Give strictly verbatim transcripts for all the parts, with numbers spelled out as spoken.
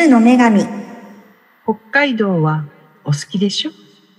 住の女神。 北海道はお好きでしょ？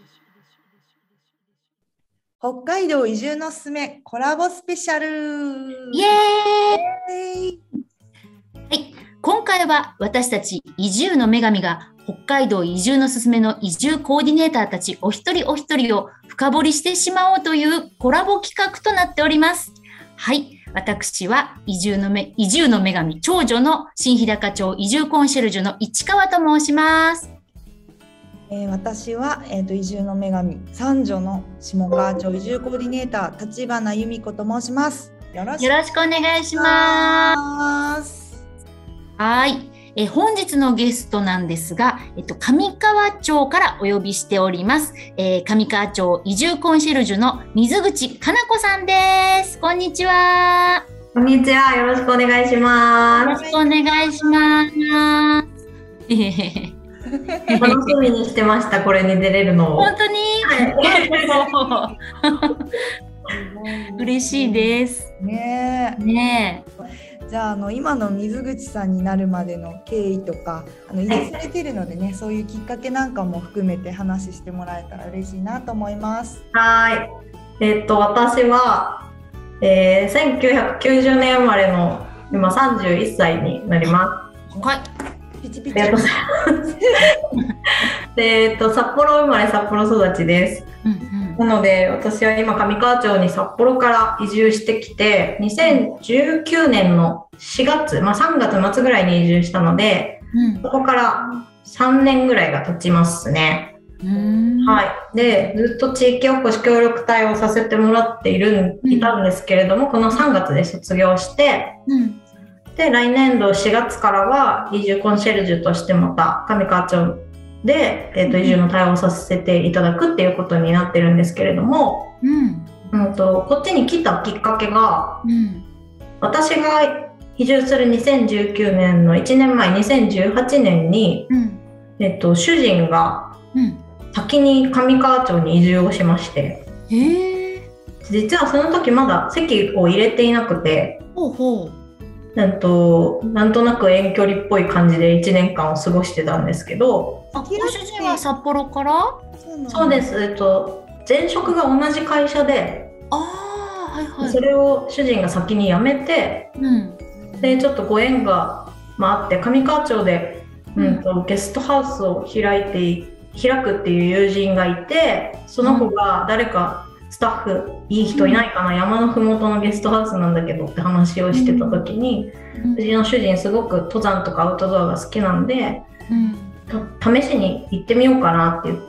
北海道移住のすすめコラボスペシャル。 イエーイ。はい、今回は私たち移住の女神が北海道移住のすすめの移住コーディネーターたちお一人お一人を深掘りしてしまおうというコラボ企画となっております。はい、私は移住のめ移住の女神長女の新日高町移住コンシェルジュの市川と申します。 えー、私は、えー、と移住の女神三女の下川町移住コーディネーター立花由美子と申します。よろしくよろしくお願いします。はい、えー、本日のゲストなんですが、えっと、上川町からお呼びしております、えー、上川町移住コンシェルジュの水口かな子さんです。こんにちは。 こんにちは。よろしくお願いします。 よろしくお願いします。 楽しみにしてました。これに出れるのを。 本当に、はい、嬉しいですねえ。 ねえじゃあ、あの今の水口さんになるまでの経緯とか、あの移住されてるのでね、そういうきっかけなんかも含めて話してもらえたら嬉しいなと思います。 はい。えっと私は、えー、せんきゅうひゃくきゅうじゅうねん生まれの今さんじゅういっさいになります。 はい。 ピチピチ。 ありがとうございます。で、えっと札幌生まれ札幌育ちです。うんうん、なので私は今上川町に札幌から移住してきてにせんじゅうきゅうねんのしがつ、まあ、さんがつまつぐらいに移住したので、うん、そこからさんねんぐらいが経ちますね。うんはい、でずっと地域おこし協力隊をさせてもらっている、いたんですけれども、このさんがつで卒業して、うん、で来年度しがつからは移住コンシェルジュとしてまた上川町で、えー、と移住の対応をさせていただくっていうことになってるんですけれども、うんうん、とこっちに来たきっかけが、うん、私が移住するにせんじゅうきゅうねんのいちねんまえにせんじゅうはちねんに、うんえー、と主人が先に上川町に移住をしまして、うん、実はその時まだ籍を入れていなくて、ほうほうなんと、なんとなく遠距離っぽい感じでいちねんかんを過ごしてたんですけど。 あ、ご主人は札幌から？ そうです、えっと、前職が同じ会社で、あ、はいはい、それを主人が先に辞めて、うん、でちょっとご縁が、まあ、あって上川町で、うんと、ゲストハウスを開いて開くっていう友人がいて、その子が誰かスタッフいい人いないかな、うん、山のふもとのゲストハウスなんだけどって話をしてた時に、うん、うちの主人すごく登山とかアウトドアが好きなんで、うん、試しに行ってみようかなって言って、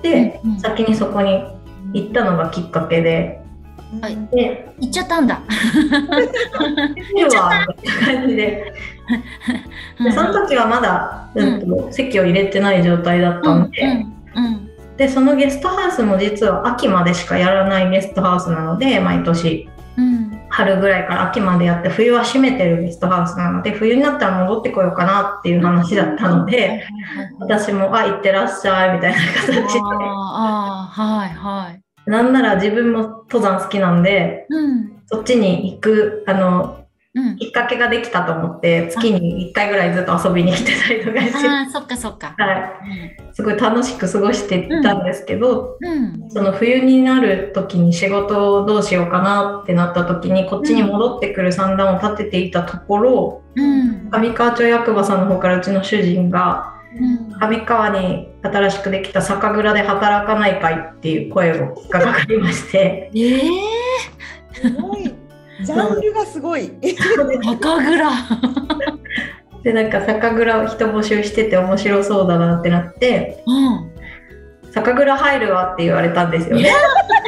うん、先にそこに行ったのがきっかけで、 はい、で行っちゃったんだ行っちゃったって感じで、でその時はまだ、うんと、席を入れてない状態だったんで、うんうんうんでそのゲストハウスも実は秋までしかやらないゲストハウスなので、毎年、うん、春ぐらいから秋までやって冬は閉めてるゲストハウスなので、冬になったら戻ってこようかなっていう話だったので、私もあ行ってらっしゃいみたいな形で、ああ、はいはい、なんなら自分も登山好きなんで、うん、そっちに行くあのうん、きっかけができたと思って月にいっかいぐらいずっと遊びに来てたりとかして、 ああそっかそっか、 はい、すごい楽しく過ごしていたんですけど、うんうん、その冬になる時に仕事をどうしようかなってなった時にこっちに戻ってくる算段を立てていたところ、うん、上川町役場さんの方からうちの主人が、うん、上川に新しくできた酒蔵で働かないかいっていう声がかかりましてえー、 すごいジャンルがすごい酒蔵でなんか酒蔵を人募集してて面白そうだなってなって、うん、酒蔵入るわって言われたんですよね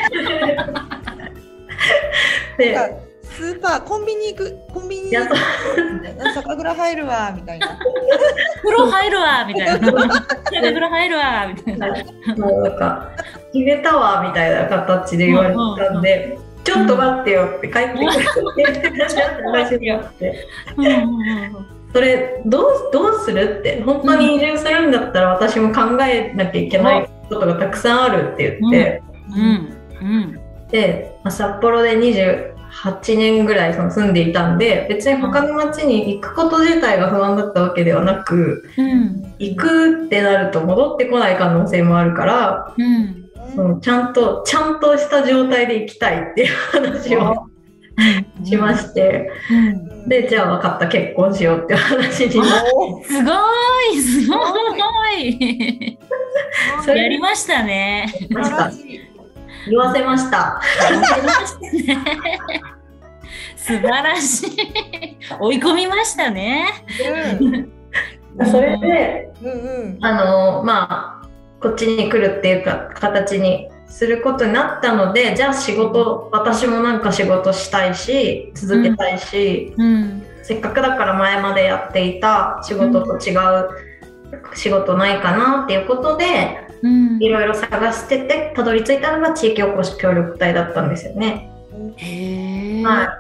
でスーパーコンビニ行くコンビニ行く酒蔵入るわみたいな風呂入るわみたいな酒蔵入るわみたいなもうなんか決めたわみたいな形で言われたんで、うんうんうん、ちょっと待ってよって帰ってくる話があってそれどう、どうするって本当に移住するんだったら私も考えなきゃいけないことがたくさんあるって言って、うんうんうん、で札幌でにじゅうはちねんぐらいその住んでいたんで、別に他の町に行くこと自体が不安だったわけではなく、うん、行くってなると戻ってこない可能性もあるから、うん、そのちゃんとちゃんとした状態で行きたいっていう話をしまして、うん、でじゃあ分かった、結婚しようっていう話になって、 すごいすごいそれやりましたね。 言わせました。 素晴らしい。追い込みましたね。 うん、それで、うんうん、あのまあこっちに来るっていうか形にすることになったので、じゃあ仕事、私もなんか仕事したいし続けたいし、うんうん、せっかくだから前までやっていた仕事と違う仕事ないかなっていうことで、うん、いろいろ探しててたどり着いたのが地域おこし協力隊だったんですよね。へー、はい、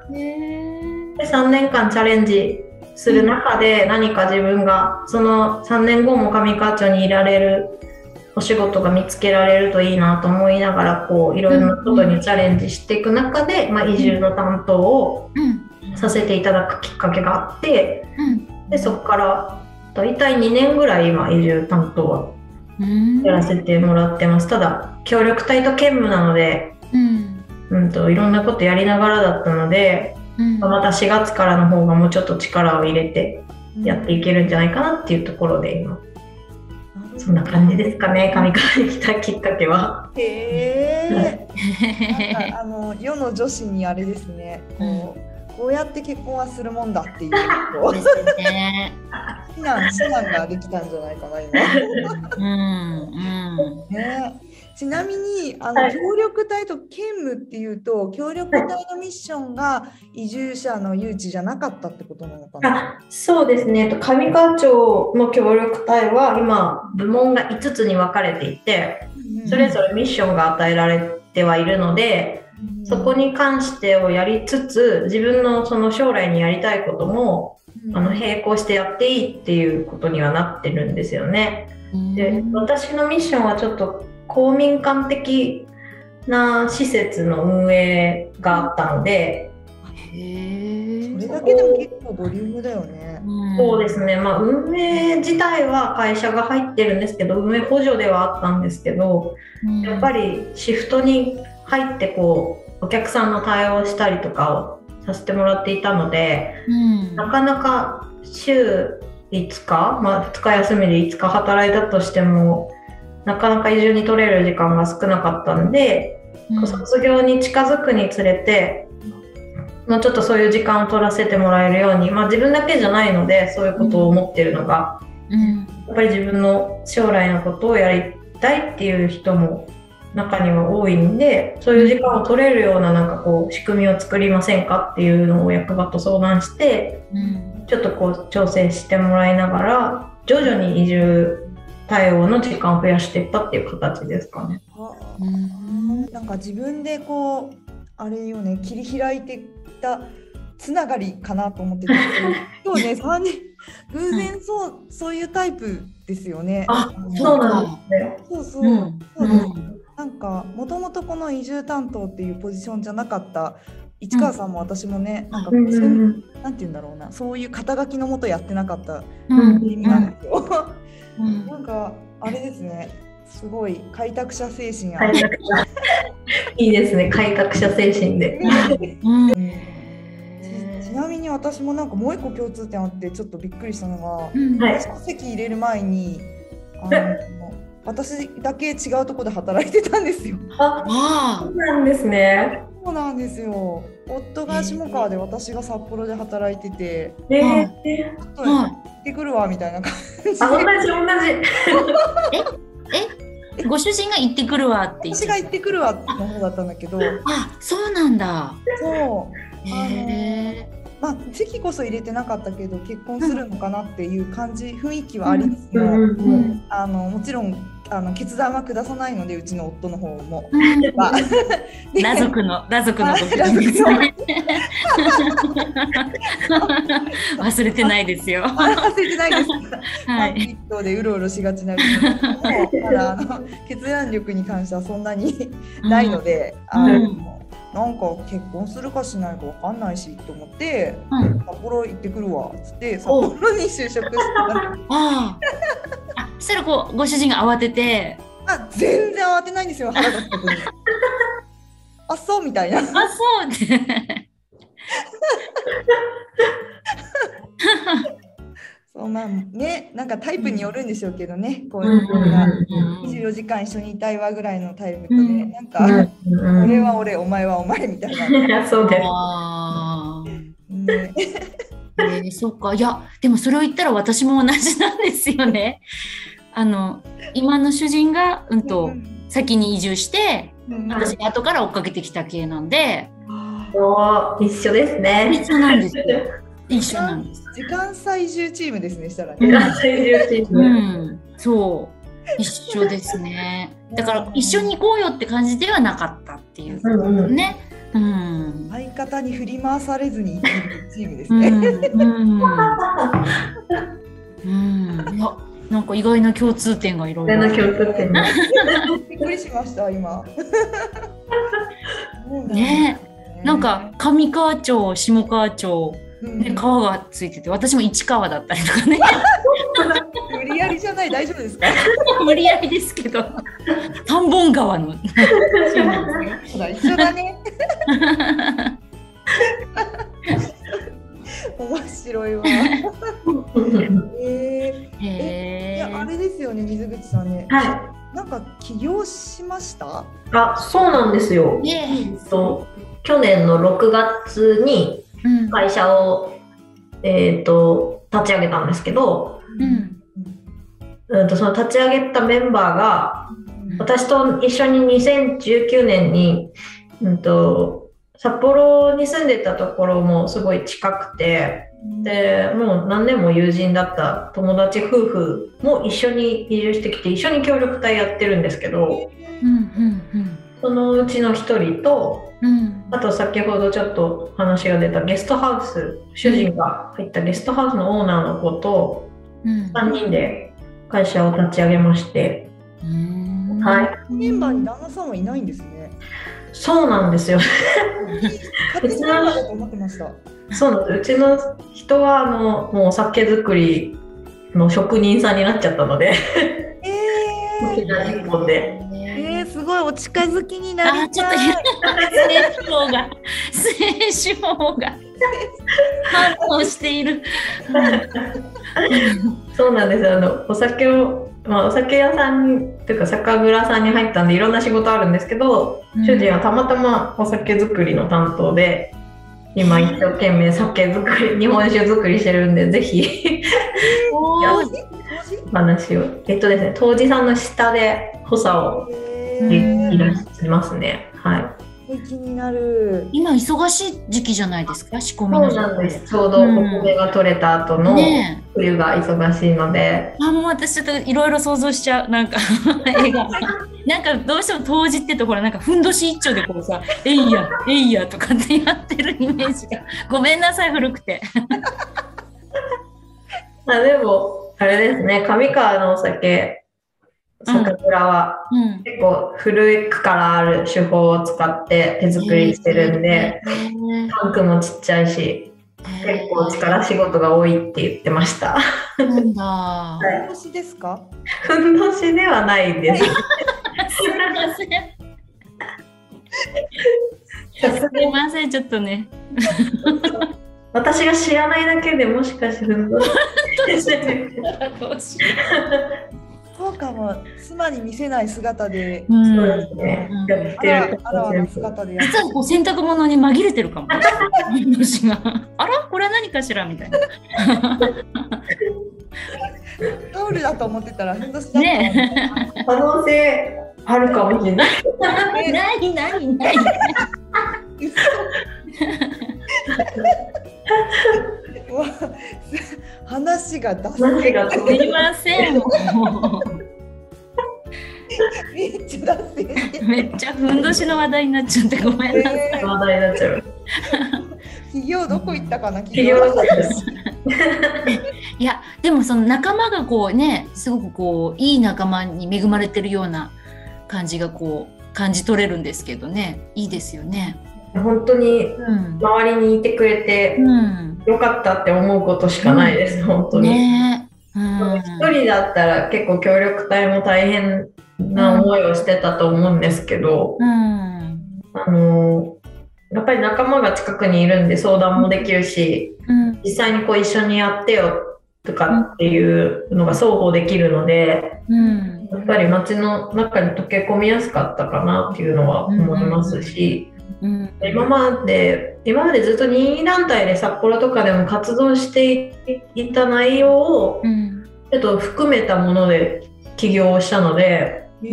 でさんねんかんチャレンジする中で、何か自分がそのさんねんごも上川町にいられるお仕事が見つけられるといいなと思いながら、こういろいろなことにチャレンジしていく中で、まあ、移住の担当をさせていただくきっかけがあって、でそこからだいたいにねんぐらい今移住担当はやらせてもらってます。ただ協力隊と兼務なので、うんうん、といろんなことやりながらだったので、うん、またしがつからの方がもうちょっと力を入れてやっていけるんじゃないかなっていうところで今、うん、そんな感じですかね。上川に来たきっかけは。 へーなんかあの世の女子にあれですね、こう、こうやって結婚はするもんだっていうこですね。避難避難ができたんじゃないかな今。うんうんね、ちなみにあの、はい、協力隊と兼務っていうと、協力隊のミッションが移住者の誘致じゃなかったってことなのかな。 あ、そうですね。上川町の協力隊は今部門がいつつに分かれていて、それぞれミッションが与えられてはいるので、うん、そこに関してをやりつつ、自分のその将来にやりたいことも、うん、あの並行してやっていいっていうことにはなってるんですよね。うん、で、私のミッションはちょっと公民館的な施設の運営があったので、 へー、それだけでも結構ボリュームだよね。 そうですね、まあ、運営自体は会社が入ってるんですけど、運営補助ではあったんですけど、うん、やっぱりシフトに入ってこうお客さんの対応をしたりとかをさせてもらっていたので、うん、なかなか週いつか、まあ、ふつか休みでいつか働いたとしてもなかなか移住に取れる時間が少なかったんで、うん、卒業に近づくにつれてもうちょっとそういう時間を取らせてもらえるように、まあ、自分だけじゃないのでそういうことを思ってるのが、うん、やっぱり自分の将来のことをやりたいっていう人も中には多いんで、そういう時間を取れるようななんかこう仕組みを作りませんかっていうのを役場と相談して、うん、ちょっとこう調整してもらいながら徐々に移住対応の時間を増やしていったっていう形ですかね。 うん、なんか自分でこうあれよね、切り開いていったつながりかなと思ってた今日ねさんにん偶然そう、そういうタイプですよね。 あ、そうなんですね。 そうそう、うん、そうです、うん、なんかもともとこの移住担当っていうポジションじゃなかった市川さんも私もね、うん、なんかそういう、うん、なんて言うんだろうな、そういう肩書きのもとやってなかった意味なんですよ、うんうん、なんかあれですね、すごい開拓者精神ある。 いいですね、開拓者精神で、 うん、ち, ちなみに私もなんかもう一個共通点あってちょっとびっくりしたのが、うん、私の席入れる前にあの私だけ違うところで働いてたんですよ。 あ、そうなんですね。 そうなんですよ。夫が下川で私が札幌で働いてて、 えー、 ちょっと行ってくるわみたいな感じで。 あ、同じ同じ。 ええ、ご主人が行ってくるわって言って。 私が行ってくるわの方だったんだけど。 あ、そうなんだ。 そう。へー。まあ、席こそ入れてなかったけど結婚するのかなっていう感じ、雰囲気はありつつも、うんうんうん、あのもちろんあの決断は下さないので、うちの夫の方も、うん、 裸族の裸族のことですね。忘れてないですよ。 忘れてないです。はい。一頭でうろうろしがちなうちの夫も、ただあの決断力に関してはそんなにないので、うん、あの、 なんか結婚するかしないかわかんないしと思って、 うん、 札幌行ってくるわっつって札幌に就職した。 ああ、そしたらこうご主人が慌てて、 あ、全然慌てないんですよ、腹立つことに。あ、そうみたいな。 あ、そうってそう、まあね、なんかタイプによるんでしょうけどね、こういうのがにじゅうよじかん一緒にいたいわぐらいのタイプとね、なんか、俺は俺、お前はお前みたいな。 そうです。 ね、えー、そうか。いや、でもそれを言ったら私も同じなんですよね。あの今の主人が、うんと、先に移住して、私が後から追っかけてきた系なんで、 お、一緒ですね。 一緒なんですよ。一緒なんです。 時間差移住チームですね、したらね。 時間差移住チーム。 うん、そう一緒ですね。だから一緒に行こうよって感じではなかったっていうことですね。うん、 相方に振り回されずに生きるチームですね。 うんうんうん、いや、なんか意外な共通点がいろいろ。 意外な共通点。 びっくりしました今。 ねえ、なんか上川町、下川町。ね、川がついてて、私も市川だったりとかね。 無理やりじゃない、大丈夫ですか？ 無理やりですけど、三本川の一緒だね。面白いわ。えー、え、いや、あれですよね、水口さんね。 はい。 なんか起業しました？ あ、そうなんですよ。えっと去年のろくがつに会社を、うん、えー、と立ち上げたんですけど、うんうん、とその立ち上げたメンバーが、うん、私と一緒ににせんじゅうきゅうねんに、うん、と札幌に住んでたところもすごい近くて、でもう何年も友人だった友達夫婦も一緒に移住してきて一緒に協力隊やってるんですけど、うんうんうん、そのうちのひとりと、うん、あと先ほどちょっと話が出たゲストハウス、主人が入ったゲストハウスのオーナーの子とさんにんで会社を立ち上げまして、うん、はい、 メンバーに旦那さんはいないんですね。 そうなんですよ。 勝手にメンバーだと思ってました。 そうなんです。うちの人はあのもうお酒作りの職人さんになっちゃったので、えー、一本で。 えー、すごいお近づきになりたい。あ、ちょっと成長が成長が反応している。 そうなんですよ。あのお酒を、まあ、お酒屋さんにというか酒蔵さんに入ったんでいろんな仕事あるんですけど、うん、主人はたまたまお酒作りの担当で今一生懸命酒造り、日本酒作りしてるんで、ぜひ話を、えっとですね、杜氏さんの下で補佐をいらっしゃいますね。はい。 気になる。 今忙しい時期じゃないですか、仕込みの。 そうなんです。ちょうどお米が取れた後の冬が忙しいので。 ね、あ、もう私ちょっといろいろ想像しちゃう、なんか映画。なんかどうしても杜氏ってところなんかふんどし一丁でこうさ、えいやえいやとかってやってるイメージが。ごめんなさい、古くて。 あ、でもあれですね、上川のお酒。酒蔵は結構古くからある手法を使って手作りしてるんで、タンクもちっちゃいし結構力仕事が多いって言ってました。 なんだ。 ふんどしですか？ ふんどしではないです。すみません。すみません、ちょっとね。 私が知らないだけでもしかしてふんどし。 そうかも、妻に見せない姿で、 うん、そうですね。やってるあらあら姿でやってる。 実はこう洗濯物に紛れてるかも。私があらこれは何かしらみたいな。 タオルだと思ってたらふんどしだったね。可能性あるかもしれない。 ないないない。 話が脱線がすみません。 めっちゃ脱線。 めっちゃふんどしの話題になっちゃってごめんなさい。 えー、話題になっちゃう。 企業どこ行ったかな。 企業です。 いやでもその仲間がこうね、すごくこういい仲間に恵まれてるような感じがこう感じ取れるんですけどね、いいですよね。 本当に周りにいてくれて、うん、よかったって思うことしかないです、うん、本当に。ね、うん、一人だったら結構協力隊も大変な思いをしてたと思うんですけど、うん、あのやっぱり仲間が近くにいるんで相談もできるし、うん、実際にこう一緒にやってよとかっていうのが双方できるので、うん、やっぱり街の中に溶け込みやすかったかなっていうのは思いますし、うんうん、今まで今までずっと任意団体で札幌とかでも活動していた内容をちょっと含めたもので起業をしたので、うん、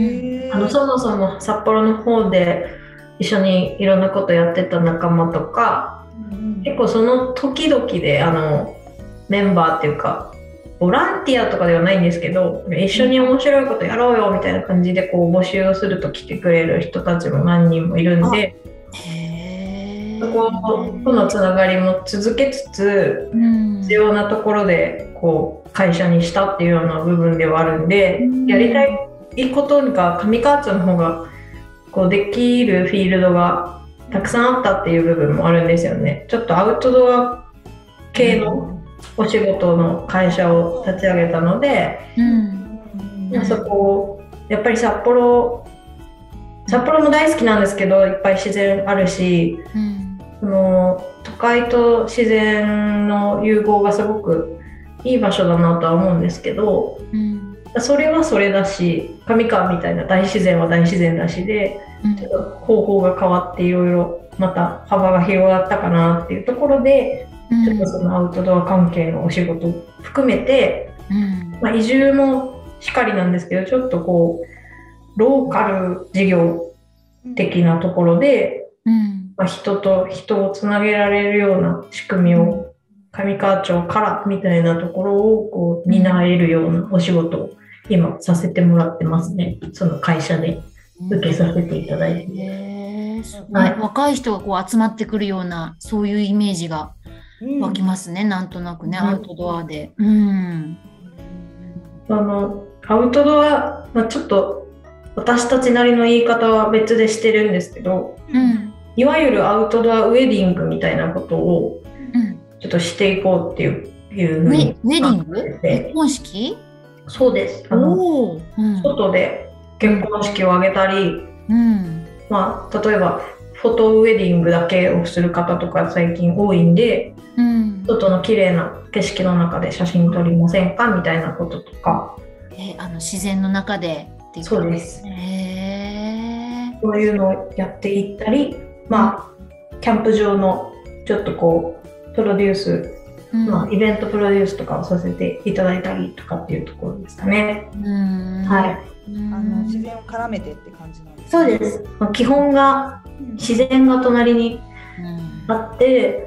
あのそもそも札幌の方で一緒にいろんなことやってた仲間とか、うん、結構その時々であのメンバーっていうかボランティアとかではないんですけど、一緒に面白いことやろうよみたいな感じでこう募集をすると来てくれる人たちも何人もいるんで、そことのつながりも続けつつ、うん、必要なところでこう会社にしたっていうような部分ではあるんで、うん、やりたいことが上川町の方がこうできるフィールドがたくさんあったっていう部分もあるんですよね。ちょっとアウトドア系のお仕事の会社を立ち上げたので、うん、そこをやっぱり札幌札幌も大好きなんですけど、いっぱい自然あるし、うん、その都会と自然の融合がすごくいい場所だなとは思うんですけど、うん、それはそれだし、上川みたいな大自然は大自然だしで、うん、ちょっと方法が変わっていろいろまた幅が広がったかなっていうところで、うん、ちょっとそのアウトドア関係のお仕事を含めて、うんまあ、移住もしかりなんですけど、ちょっとこうローカル事業的なところで、うんまあ、人と人をつなげられるような仕組みを上川町からみたいなところをこう担えるようなお仕事を今させてもらってますね。その会社で受けさせていただいて、えーはい、若い人がこう集まってくるようなそういうイメージが湧きますね、うん、なんとなくね、アウトドアで、うん、 あのアウトドア、まあ、ちょっと私たちなりの言い方は別でしてるんですけど、うん、いわゆるアウトドアウェディングみたいなことをちょっとしていこうっていう、いうふうにウェディング？結婚式？ そうです。あの、うん、外で結婚式を挙げたり、うんまあ、例えばフォトウェディングだけをする方とか最近多いんで、うん、外の綺麗な景色の中で写真撮りませんかみたいなこととか、 えあの自然の中でっていうことそうです。へー、そういうのをやっていったり、まあ、キャンプ場のちょっとこうプロデュース、うんまあ、イベントプロデュースとかをさせていただいたりとかっていうところですかね。うんはい、 あの自然を絡めてって感じなんですね。 そうです。基本が自然が隣にあって、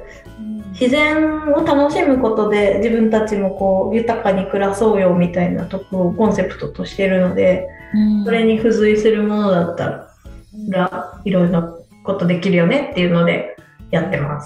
うん、自然を楽しむことで自分たちもこう豊かに暮らそうよみたいなところをコンセプトとしているので、うん、それに付随するものだったら、うん、いろいろなことできるよねっていうのでやってます。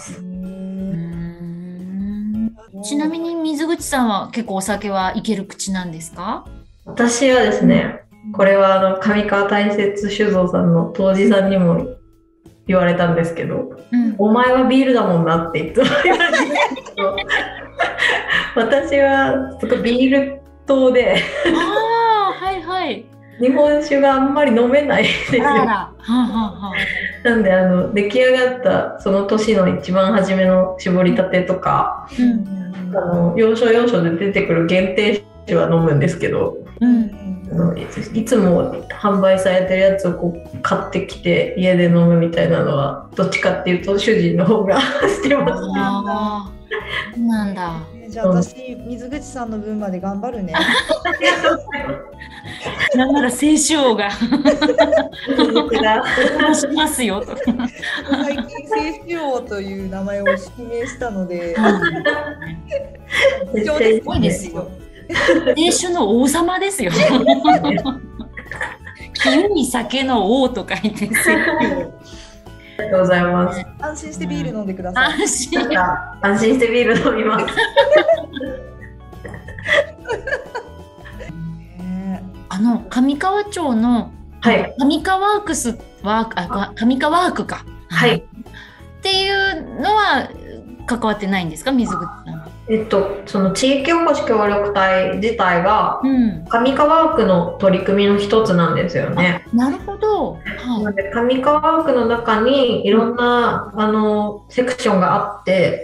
ちなみに水口さんは結構お酒はいける口なんですか？ 私はですね、これはあの上川大雪酒造さんの杜氏さんにも言われたんですけど、うん、お前はビールだもんなっていつも言われてるんですけど私はすごいビール党であ、はいはい、 日本酒があんまり飲めないんですよ。はあはあ、なんであの出来上がったその年の一番初めの搾りたてとか、うん、あの要所要所で出てくる限定酒は飲むんですけど、うんいつも販売されてるやつをこう買ってきて家で飲むみたいなのはどっちかっていうと主人の方がしてます。 あなんだ。 じゃあ私水口さんの分まで頑張るね。 なんなら清酒王がしますよと。 最近清酒王という名前を指名したので、 すごいですよ。清酒の王様ですよ。清い酒の王と書いて清酒王。 ありがとうございます。 安心してビール飲んでください。 安心。 安心してビール飲みます。 あの上川町の、はい、上川ワークスワークあ上川ワークか。 はい。 っていうのは関わってないんですか、水口さんは。 えっと、その地域おこし協力隊自体がうん上川区の取り組みの一つなんですよね。 なるほど。 なのはい。 で上川区の中にいろんな、あのセクションがあって、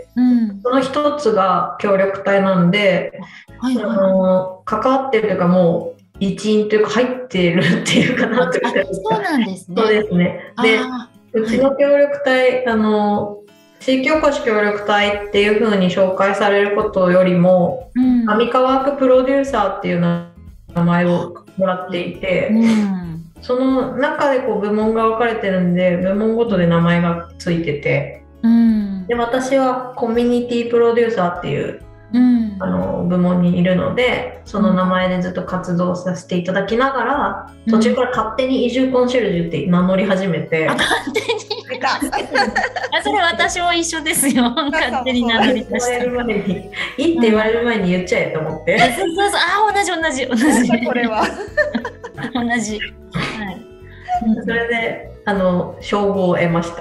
うん。 その一つが協力隊なんで、 はいあはの関わってるというかもう一員というか入ってるっていうかなというか、 い。そうなんですね。 そうですね。で、 あうちの協力隊、あの地域おこし協力隊っていう風に紹介されることよりも、 ーうん。 上川区プロデューサーっていう名前をもらっていて、 うん。 その中でこう部門が分かれてるんで、部門ごとで名前がついてて、 うん。 で私はコミュニティプロデューサーっていううん。 あの部門にいるので、その名前でずっと活動させていただきながら、途中から勝手に移住コンシェルジュって名乗り始めて、 あ、勝手に。 出た。 あ、それ私も一緒ですよ。勝手に名乗りました。 言われる前にいいって言われる前に言っちゃえと思って、 そうそうそう。あ、同じ同じ同じ。 これは。 同じ。はい。 それであの称号を得ました。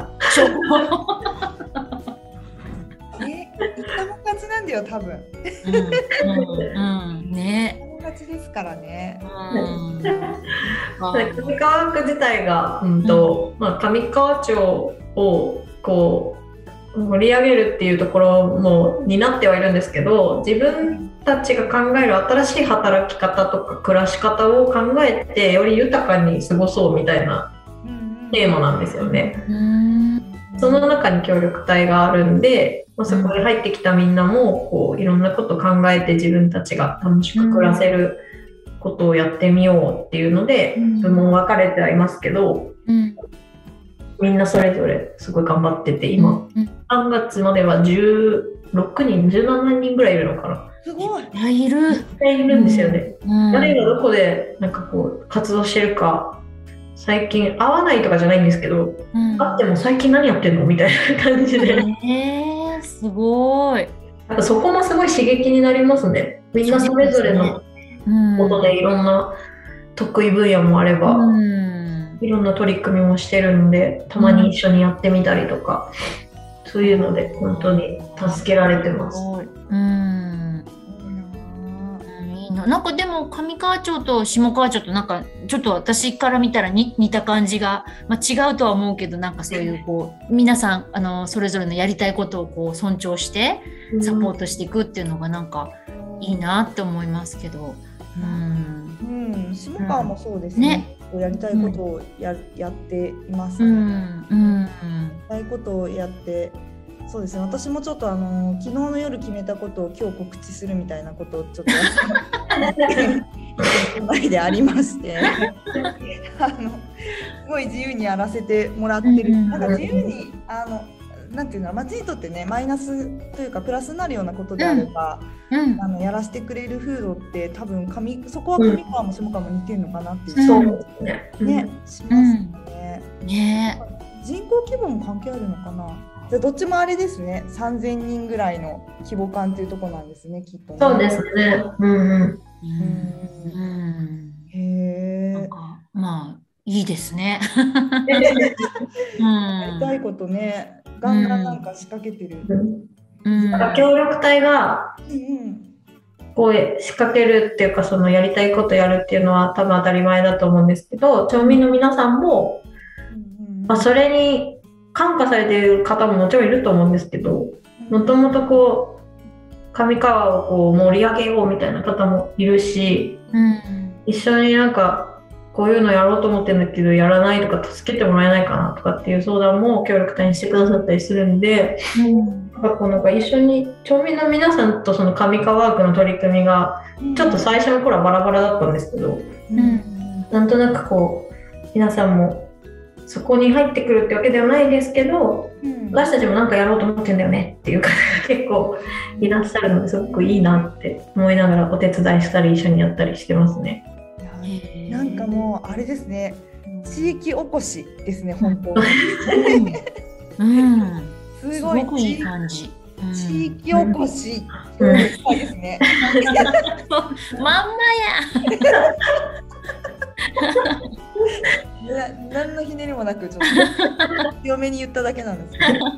え、一家も勝ちなんだよ、多分。 うんうんうん、ね。 友達ですからね。 うん。 上川区自体が、うんとまあ、上川町をこう盛り上げるっていうところも担ってはいるんですけど、自分たちが考える新しい働き方とか暮らし方を考えてより豊かに過ごそうみたいなテーマなんですよね。 うん。 その中に協力隊があるんで、そこに入ってきたみんなもこういろんなことを考えて自分たちが楽しく暮らせることをやってみようっていうので、部門分かれてはいますけど、 うん、 みんなそれぞれすごい頑張ってて、今、 うん、 さんがつまではじゅうろくにんじゅうななにんぐらいいるのかな。 すごい。 いや、いる。 いっぱいいるんですよね。 うん、 誰がどこでなんかこう活動してるか最近会わないとかじゃないんですけど、 うん、 会っても最近何やってんのみたいな感じで、 えー、すごい。 なんかそこもすごい刺激になりますね。みんなそれぞれのことでいろんな得意分野もあれば、うん、いろんな取り組みもしてるので、たまに一緒にやってみたりとか、うん、そういうので本当に助けられてます。 うん、いいな。なんかでも上川町と下川町となんかちょっと私から見たらに似た感じが、まあ、違うとは思うけど、なんかそういうこう皆さんあのそれぞれのやりたいことをこう尊重してサポートしていくっていうのがなんかいいなって思いますけど、 うんうん、下川もそうですね。ね、やりたいことを や,、うん、やっていますね。 うんうん、 やりたいことをやって、そうですね。私もちょっとあの昨日の夜決めたことを今日告知するみたいなことをちょっと前でありましてあのすごい自由にやらせてもらってる。なんか自由にあのなんていうの、町にとってねマイナスというかプラスになるようなことであれば、うん、あのやらせてくれる風土って多分上そこは上川も下川も似てるのかなっていう、 そうですね。 ね、しますね。 うん、ね。 人口規模も関係あるのかな。じゃどっちもあれですね。さんぜんにんぐらいの規模感っていうところなんですね、きっとね。 そうですね。うんうん。 うんうん、へえ。なんかまあいいですね。 やりたいことね。ガンガンなんか仕掛けてる。 うん、だから協力隊がこう仕掛けるっていうか、そのやりたいことやるっていうのは多分当たり前だと思うんですけど、町民の皆さんも、まあ、それに感化されている方ももちろんいると思うんですけど、もともとこう上川をこう盛り上げようみたいな方もいるし、うん、一緒になんかこういうのやろうと思ってるんだけどやらないとか、助けてもらえないかなとかっていう相談も協力隊にしてくださったりするんで、うん、なんかこうなんか一緒に町民の皆さんとその上川区の取り組みがちょっと最初の頃はバラバラだったんですけど、うん、なんとなくこう皆さんもそこに入ってくるってわけではないですけど、うん、私たちもなんかやろうと思ってんだよねっていう方が結構いらっしゃるので、すごくいいなって思いながらお手伝いしたり一緒にやったりしてますね。 なんかもうあれですね、地域おこしですね、本当に。 うん、 すごい、 すごくいい感じ。 地域おこし、うん、ですね。 まんまや。 な何のひねりもなくちょっと強めに言っただけなんですけど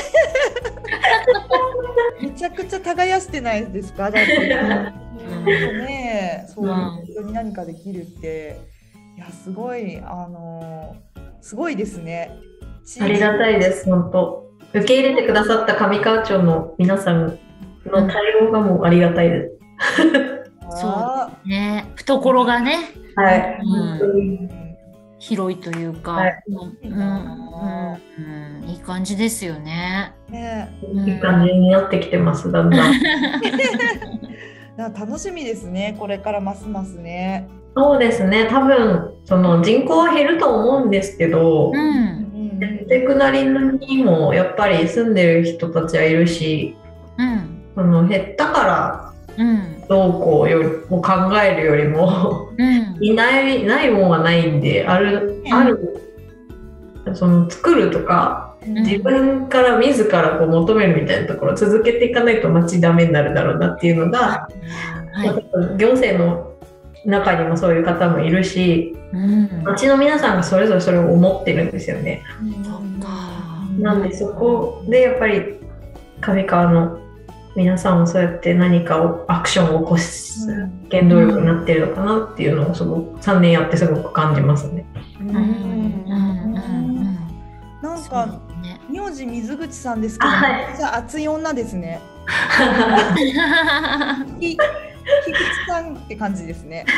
めちゃくちゃ耕してないですか？だってね、そう人に何かできるっていやすごいあのすごいですね。 ありがたいです本当。受け入れてくださった上川町の皆さんの対応がもうありがたいです。 そうね、懐がね、 はい、 うん、広いというか、はい、うんうんうん、いい感じですよね。 ね、 いい感じになってきてますだんだん。 楽しみですね、これからますますね。 そうですね、多分その人口は減ると思うんですけど、うん、減っていくなりにもやっぱり住んでる人たちはいるし、うん、その減ったからどうこうよりを考えるよりも、うん、いないないもんはないんで、ある、うん、あるその作るとか、うん、自分から自らこう求めるみたいなところを続けていかないと町ダメになるだろうなっていうのが、はい、行政の中にもそういう方もいるし、うん、町の皆さんがそれぞれそれを思ってるんですよね。うん、なんでそこでやっぱり上川の皆さんもそうやって何かをアクションを起こす原動力になってるのかなっていうのをすごくさんねんやってすごく感じますね。 なんか名字水口さんですけど、はい、めっちゃ熱い女ですね。ひ樋口さんって感じですね。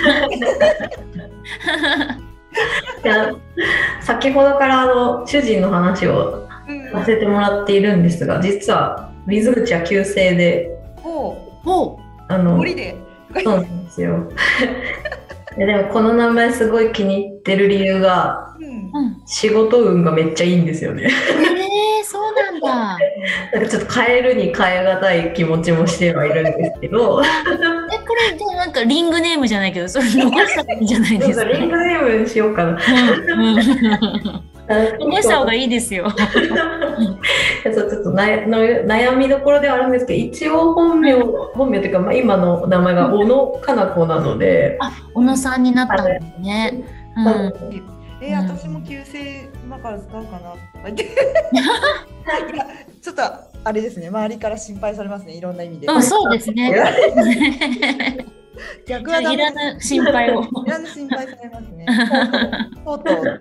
いや先ほどからあの主人の話をさせてもらっているんですが、実は水口は旧姓で、 あの森でそうなんですよ。いやでもこの名前すごい気に入ってる理由が、うん、仕事運がめっちゃいいんですよね。えー、そうなんだ。 なんかちょっと変えるに変えがたい気持ちもしてはいるんですけど。 え、これでなんかリングネームじゃないけど、それ残したらいいんじゃないですか。 リングネームにしようかな。 残した方がいいですよ。 そうちょっと悩みどころではあるんですけど、一応本名本名というか、まあ、今の名前が小野かな子なので、 あ、小野さんになったんですね。うん、 えー、私も旧姓今から使うかなとか言ってちょっとあれですね、周りから心配されますね、いろんな意味で。 うん、そうですね。 逆はいらぬ心配を。 いらぬ心配されますね。とうとう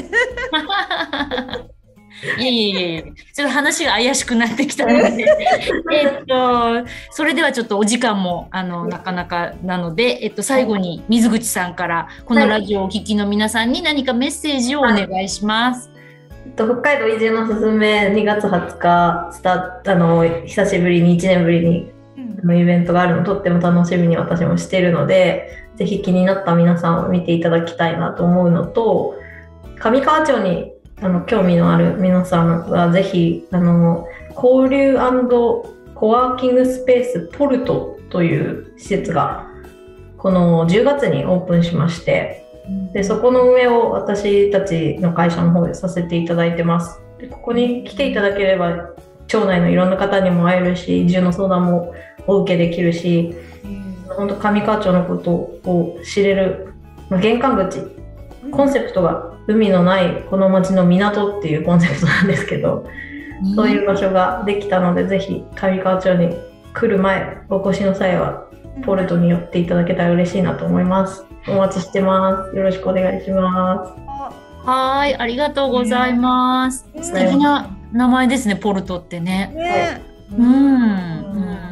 いやいやいや、ちょっと話が怪しくなってきたのでえっとそれではちょっとお時間もあのなかなかなので、えっと、最後に水口さんからこのラジオをお聞きの皆さんに何かメッセージをお願いします。 はい、北海道移住のすすめにがつはつかスタあの久しぶりにいちねんぶりに、うん、イベントがあるのとっても楽しみに私もしているので、ぜひ気になった皆さんを見ていただきたいなと思うのと、上川町にあの興味のある皆さんはぜひあの交流&コワーキングスペースポルトという施設がこのじゅうがつにオープンしまして、でそこの運営を私たちの会社の方でさせていただいてます。でここに来ていただければ町内のいろんな方にも会えるし、移住の相談もお受けできるし、本当上川町のことを知れる玄関口、コンセプトが海のないこの町の港っていうコンセプトなんですけど、うん、そういう場所ができたので、ぜひ上川町に来る前、お越しの際はポルトに寄っていただけたら嬉しいなと思います。お待ちしてます。よろしくお願いします。 はい、ありがとうございます。うん、素敵な名前ですね、ポルトってね。ね、うん、うん、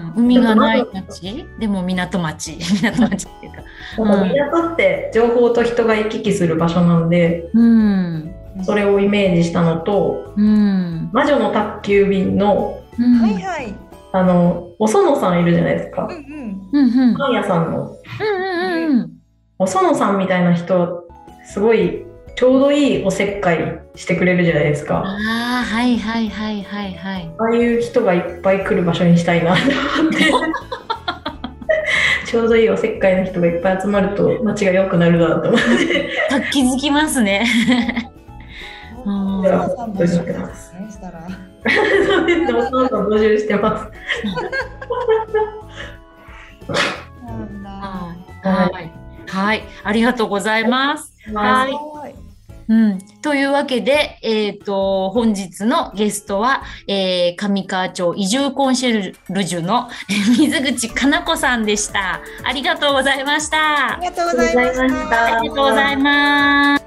海がない町でも港町、港町っていうか。 うん、港って情報と人が行き来する場所なので、うん、それをイメージしたのと、うん、魔女の宅急便の、うん、 はいはい、 あのお園さんいるじゃないですか、うんうん、パン屋さんの、うんうんうん、お園さんみたいな人すごいちょうどいいおせっかいしてくれるじゃないですか。 あ、はいはいはいはいはい。 ああいう人がいっぱい来る場所にしたいなと思ってちょうどいいおせっかいの人がいっぱい集まると街が良くなるなと思って気づきますねうん、募集してます。したらそうですね、お父さん募集してますはい、はい、ありがとうございます。はい。 うん、というわけで、えっと、本日のゲストは、えー、上川町移住コンシェルジュの水口かな子さんでした。ありがとうございました。 ありがとうございました。 ありがとうございます。